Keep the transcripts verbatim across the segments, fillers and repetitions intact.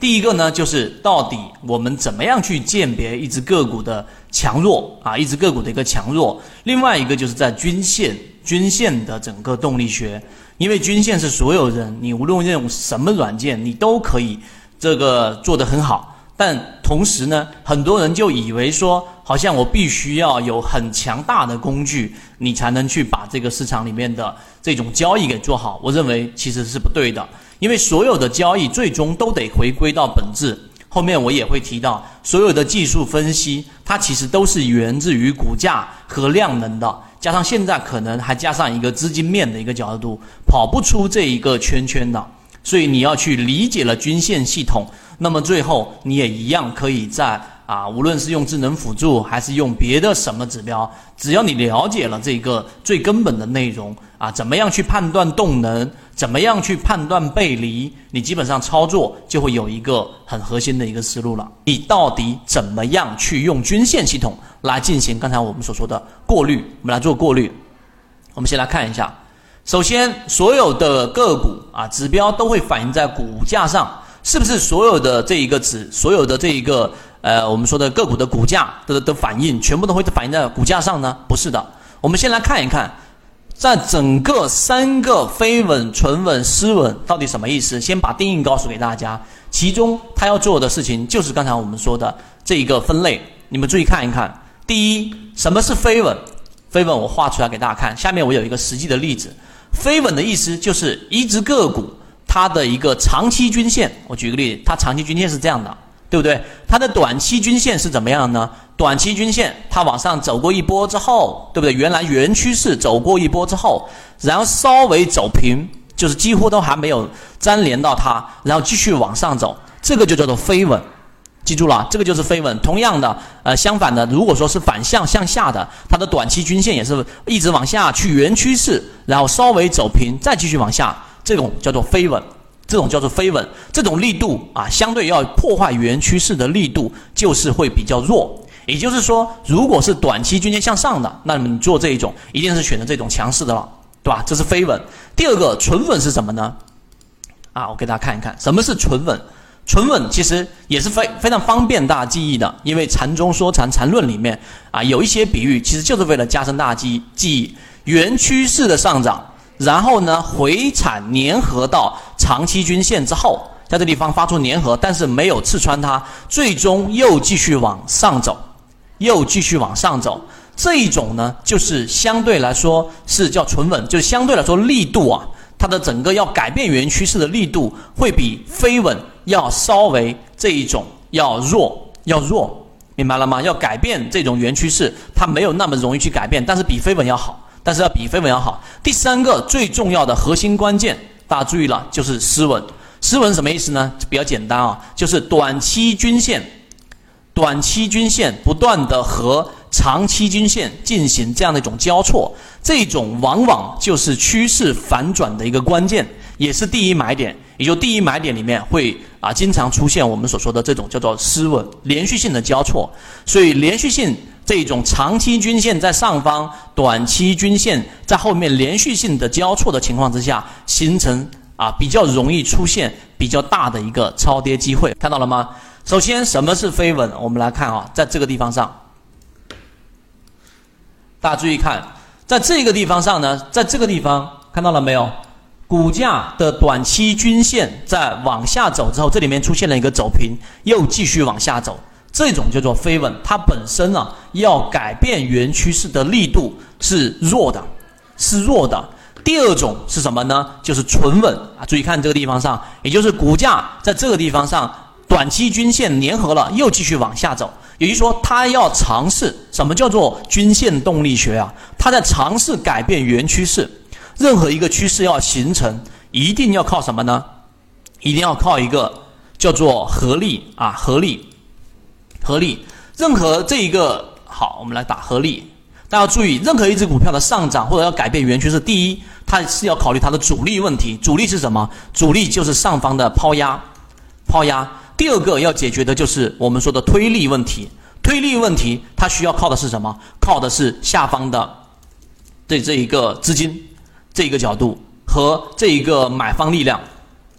第一个呢，就是到底我们怎么样去鉴别一只个股的强弱啊，一只个股的一个强弱。另外一个就是在均线，均线的整个动力学，因为均线是所有人，你无论用什么软件，你都可以这个做得很好。但同时呢，很多人就以为说，好像我必须要有很强大的工具，你才能去把这个市场里面的这种交易给做好。我认为其实是不对的，因为所有的交易最终都得回归到本质。后面我也会提到，所有的技术分析，它其实都是源自于股价和量能的，加上现在可能还加上一个资金面的一个角度，跑不出这一个圈圈的。所以你要去理解了均线系统，那么最后你也一样可以在啊，无论是用智能辅助还是用别的什么指标，只要你了解了这个最根本的内容啊，怎么样去判断动能，怎么样去判断背离，你基本上操作就会有一个很核心的一个思路了。你到底怎么样去用均线系统来进行刚才我们所说的过滤，我们来做过滤。我们先来看一下，首先所有的个股啊指标都会反映在股价上，是不是所有的这一个指所有的这一个呃我们说的个股的股价的的反应全部都会反映在股价上呢？不是的。我们先来看一看，在整个三个非稳、纯稳、失稳到底什么意思，先把定义告诉给大家。其中他要做的事情就是刚才我们说的这一个分类，你们注意看一看。第一，什么是非稳？非稳我画出来给大家看，下面我有一个实际的例子。非稳的意思就是一只个股它的一个长期均线，我举个例子，它长期均线是这样的，对不对？它的短期均线是怎么样呢？短期均线它往上走过一波之后，对不对？原来原趋势走过一波之后，然后稍微走平，就是几乎都还没有粘连到它，然后继续往上走，这个就叫做非稳。记住了，这个就是非稳。同样的，呃，相反的，如果说是反向向下的，它的短期均线也是一直往下去原趋势，然后稍微走平，再继续往下，这种叫做非稳，这种叫做非稳。这种力度啊，相对要破坏原趋势的力度就是会比较弱。也就是说，如果是短期均线向上的，那么你做这一种一定是选择这种强势的了，对吧？这是非稳。第二个纯稳是什么呢？啊，我给大家看一看，什么是纯稳。纯稳其实也是非非常方便大家记忆的，因为禅中说禅禅论里面啊有一些比喻，其实就是为了加深大家记忆。记忆原趋势的上涨，然后呢回踩粘合到长期均线之后，在这地方发出粘合，但是没有刺穿它，最终又继续往上走，又继续往上走。这一种呢，就是相对来说是叫纯稳，就是相对来说力度啊，它的整个要改变原趋势的力度会比非稳要稍微这一种要弱，要弱，明白了吗？要改变这种原趋势，它没有那么容易去改变，但是比非稳要好，但是要比非稳要好。第三个最重要的核心关键，大家注意了，就是失稳。失稳什么意思呢？比较简单啊，就是短期均线，短期均线不断的和长期均线进行这样的一种交错，这种往往就是趋势反转的一个关键，也是第一买点。也就第一买点里面会啊经常出现我们所说的这种叫做失稳，连续性的交错。所以连续性这种长期均线在上方，短期均线在后面连续性的交错的情况之下，形成啊比较容易出现比较大的一个超跌机会，看到了吗？首先什么是非稳？我们来看啊，在这个地方上，大家注意看，在这个地方上呢，在这个地方看到了没有？股价的短期均线在往下走之后，这里面出现了一个走平，又继续往下走，这种叫做非稳。它本身啊要改变原趋势的力度是弱的，是弱的。第二种是什么呢？就是纯稳啊！注意看这个地方上，也就是股价在这个地方上短期均线粘合了，又继续往下走。也就是说，它要尝试什么叫做均线动力学啊？它在尝试改变原趋势。任何一个趋势要形成，一定要靠什么呢？一定要靠一个叫做合力啊，合力，合力。任何这一个好，我们来打合力。大家要注意，任何一只股票的上涨或者要改变原趋势，第一，它是要考虑它的阻力问题。阻力是什么？阻力就是上方的抛压，抛压。第二个要解决的就是我们说的推力问题。推力问题，它需要靠的是什么？靠的是下方的这这一个资金。这一个角度和这一个买方力量，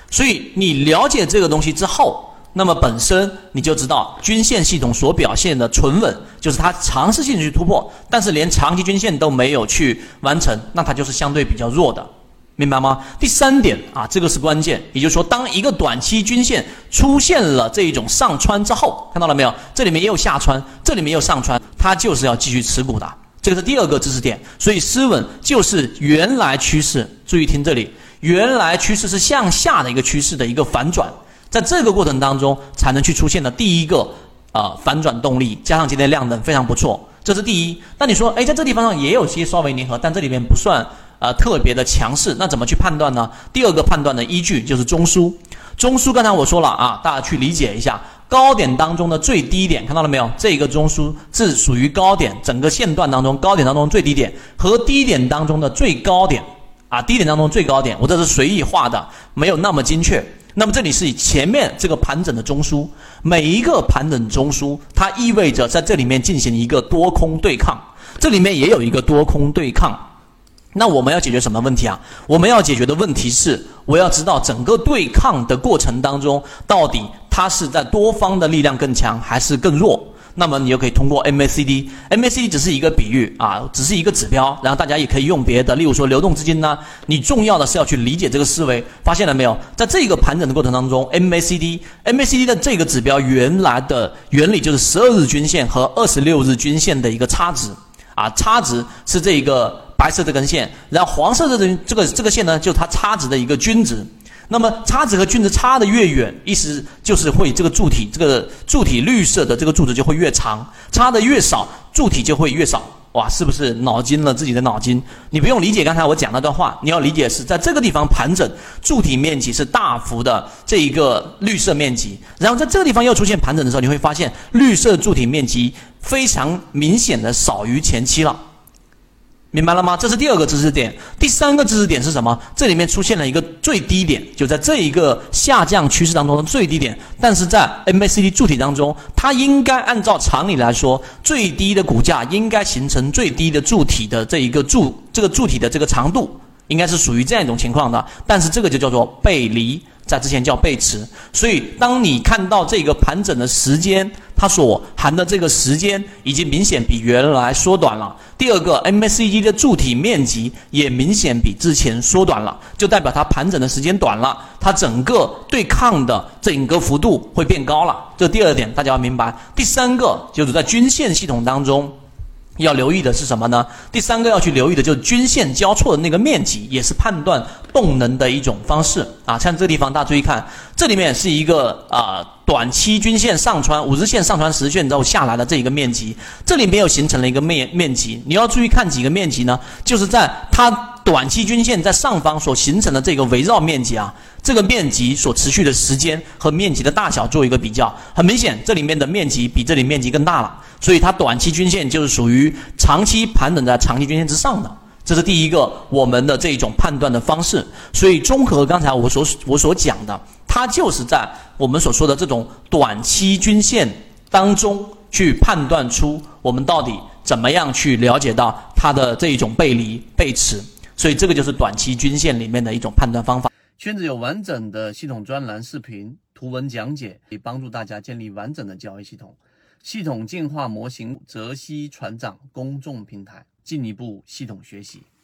所以你了解这个东西之后，那么本身你就知道均线系统所表现的存稳，就是它尝试性去突破，但是连长期均线都没有去完成，那它就是相对比较弱的，明白吗？第三点啊，这个是关键，也就是说，当一个短期均线出现了这一种上穿之后，看到了没有？这里面也有下穿，这里面也有上穿，它就是要继续持股的。这个是第二个知识点，所以斯文就是原来趋势，注意听这里，原来趋势是向下的一个趋势的一个反转，在这个过程当中才能去出现的第一个呃反转动力，加上今天量能非常不错，这是第一。那你说，哎，在这地方上也有些稍微粘合，但这里面不算呃特别的强势，那怎么去判断呢？第二个判断的依据就是中枢，中枢刚才我说了啊，大家去理解一下。高点当中的最低点看到了没有？这个中枢是属于高点，整个线段当中高点当中最低点和低点当中的最高点啊，低点当中最高点，我这是随意画的，没有那么精确。那么这里是以前面这个盘整的中枢，每一个盘整中枢它意味着在这里面进行一个多空对抗，这里面也有一个多空对抗。那我们要解决什么问题啊？我们要解决的问题是，我要知道整个对抗的过程当中，到底它是在多方的力量更强还是更弱？那么你就可以通过 M A C D，M A C D 只是一个比喻啊，只是一个指标，然后大家也可以用别的，例如说流动资金呢，你重要的是要去理解这个思维。发现了没有？在这个盘整的过程当中 ，M A C D，M A C D 的这个指标原来的原理就是十二日均线和二十六日均线的一个差值啊，差值是这个白色这根线，然后黄色的这个这个线呢，就是它差值的一个均值。那么差值和均值差的越远，意思就是会这个柱体，这个柱体绿色的这个柱子就会越长，差的越少，柱体就会越少。哇，是不是脑筋了自己的脑筋？你不用理解刚才我讲那段话，你要理解是在这个地方盘整，柱体面积是大幅的这一个绿色面积，然后在这个地方又出现盘整的时候，你会发现绿色柱体面积非常明显的少于前期了。明白了吗？这是第二个知识点。第三个知识点是什么？这里面出现了一个最低点，就在这一个下降趋势当中的最低点，但是在 M A C D 柱体当中，它应该按照常理来说，最低的股价应该形成最低的柱体的这一个柱这个柱体的这个长度，应该是属于这样一种情况的，但是这个就叫做背离，在之前叫背驰。所以当你看到这个盘整的时间，它所含的这个时间已经明显比原来缩短了。第二个 M A C D 的柱体面积也明显比之前缩短了，就代表它盘整的时间短了，它整个对抗的整个幅度会变高了。这第二点大家要明白。第三个就是在均线系统当中要留意的是什么呢？第三个要去留意的就是均线交错的那个面积，也是判断动能的一种方式啊。像这个地方大家注意看，这里面是一个啊、呃、短期均线上穿五日线上穿十线之后下来的这一个面积，这里面又形成了一个面面积。你要注意看几个面积呢？就是在它短期均线在上方所形成的这个围绕面积啊，这个面积所持续的时间和面积的大小做一个比较，很明显这里面的面积比这里面积更大了，所以它短期均线就是属于长期盘整在长期均线之上的，这是第一个我们的这种判断的方式。所以综合刚才我所我所讲的，它就是在我们所说的这种短期均线当中去判断出我们到底怎么样去了解到它的这一种背离背驰。所以这个就是短期均线里面的一种判断方法。 圈子有完整的系统专栏视频、图文讲解，可以帮助大家建立完整的交易系统。系统进化模型泽西船长公众平台，进一步系统学习。